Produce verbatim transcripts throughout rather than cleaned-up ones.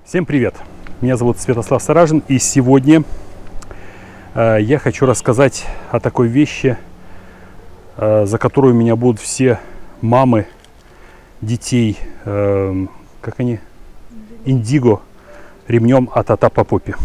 Всем привет! Меня зовут Святослав Саражин, и сегодня э, я хочу рассказать о такой вещи, э, за которую меня будут все мамы детей, э, как они, индиго, ремнем от ата по попе.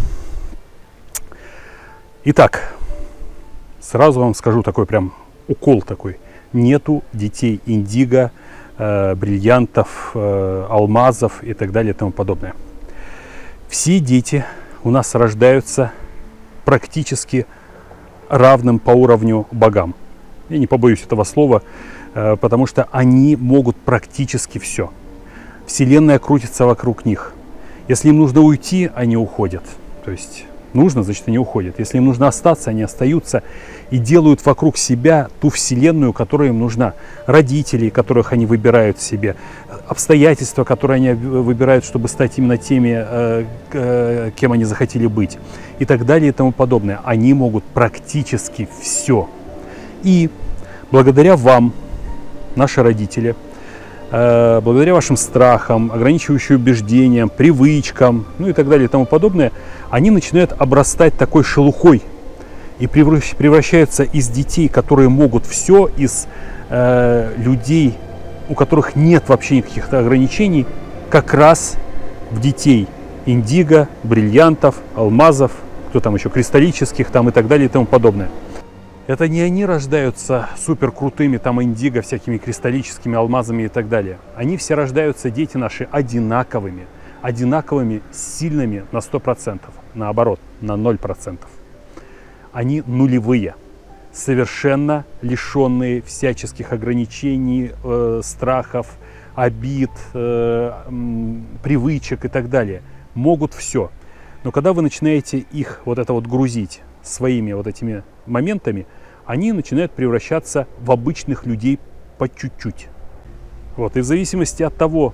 Итак, сразу вам скажу такой прям укол такой. Нету детей индиго, э, бриллиантов, э, алмазов и так далее и тому подобное. Все дети у нас рождаются практически равным по уровню богам. Я не побоюсь этого слова, э, потому что они могут практически все. Вселенная крутится вокруг них. Если им нужно уйти, они уходят. То есть нужно, значит, они уходят. Если им нужно остаться, они остаются и делают вокруг себя ту вселенную, которая им нужна. Родителей, которых они выбирают себе, обстоятельства, которые они выбирают, чтобы стать именно теми, э, э, кем они захотели быть, и так далее и тому подобное. Они могут практически все. И благодаря вам, наши родители, э, благодаря вашим страхам, ограничивающим убеждениям, привычкам, ну и так далее и тому подобное, они начинают обрастать такой шелухой и превращаются из детей, которые могут все, из э, людей, у которых нет вообще никаких ограничений, как раз в детей индиго, бриллиантов, алмазов, кто там еще, кристаллических там и так далее и тому подобное. Это не они рождаются супер крутыми там индиго, всякими кристаллическими алмазами и так далее. Они все рождаются, дети наши, одинаковыми. одинаковыми, сильными на сто процентов, наоборот, на ноль процентов. Они нулевые, совершенно лишенные всяческих ограничений, э, страхов, обид, э, э, привычек и так далее. Могут все. Но когда вы начинаете их вот это вот грузить своими вот этими моментами, они начинают превращаться в обычных людей по чуть-чуть. Вот. И в зависимости от того,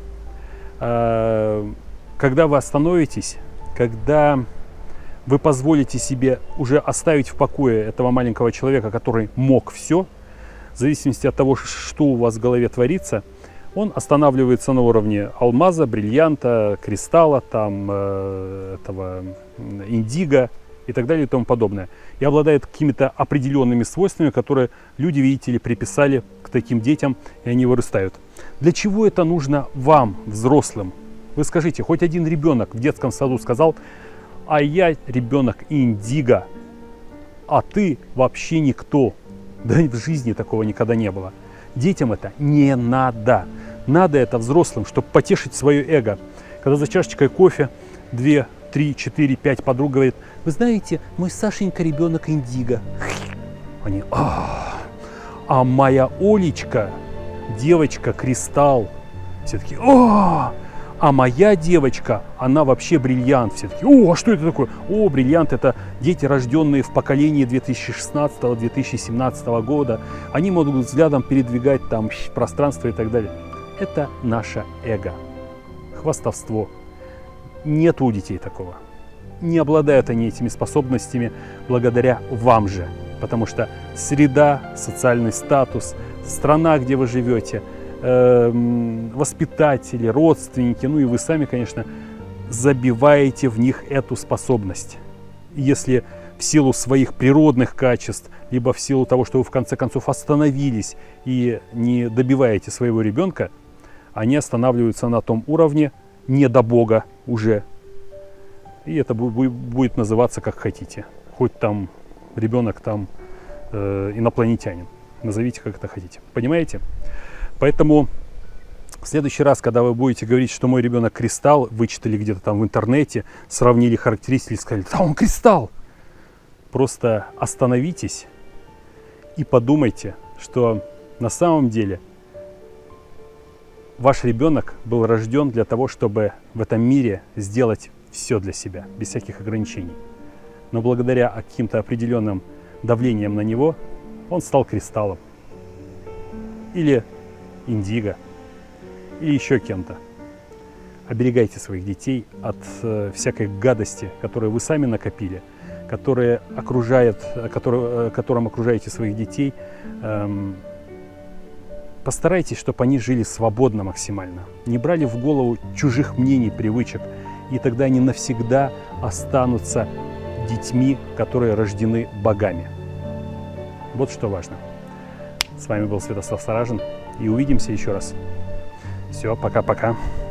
э, когда вы остановитесь, когда вы позволите себе уже оставить в покое этого маленького человека, который мог все, в зависимости от того, что у вас в голове творится, он останавливается на уровне алмаза, бриллианта, кристалла, там, э, этого индиго и так далее и тому подобное. И обладает какими-то определенными свойствами, которые люди, видите ли, приписали к таким детям, и они вырастают. Для чего это нужно вам, взрослым? Вы скажите, хоть один ребенок в детском саду сказал: а я ребенок индиго, а ты вообще никто. Да в жизни такого никогда не было. Детям это не надо. Надо это взрослым, чтобы потешить свое эго. Когда за чашечкой кофе две, три, четыре, пять подруг говорит: вы знаете, мой Сашенька ребенок индиго. Они: а, а моя Олечка, девочка кристалл. Все таки: о! А моя девочка, она вообще бриллиант. Все таки: о, а что это такое? О, бриллиант — это дети, рожденные в поколении две тысячи шестнадцатого — две тысячи семнадцатого года. Они могут взглядом передвигать там пространство и так далее. Это наше эго. Хвастовство. Нет у детей такого. Не обладают они этими способностями благодаря вам же. Потому что среда, социальный статус, страна, где вы живете, воспитатели, родственники, ну и вы сами, конечно, забиваете в них эту способность. Если в силу своих природных качеств, либо в силу того, что вы в конце концов остановились и не добиваете своего ребенка, они останавливаются на том уровне не до Бога уже. И это будет называться как хотите. Хоть там ребенок там э, инопланетянин. Назовите как это хотите. Понимаете? Поэтому в следующий раз, когда вы будете говорить, что мой ребенок кристалл, вычитали где-то там в интернете, сравнили характеристики и сказали: да, он кристалл. Просто остановитесь и подумайте, что на самом деле ваш ребенок был рожден для того, чтобы в этом мире сделать все для себя, без всяких ограничений. Но благодаря каким-то определенным давлениям на него он стал кристаллом. Или индиго, или еще кем-то. Оберегайте своих детей от э, всякой гадости, которую вы сами накопили, которые окружает, который, которым окружаете своих детей. Эм, постарайтесь, чтобы они жили свободно максимально, не брали в голову чужих мнений, привычек и тогда они навсегда останутся детьми, которые рождены богами. Вот что важно. С вами был Святослав Саражин, и увидимся еще раз. Все, пока-пока.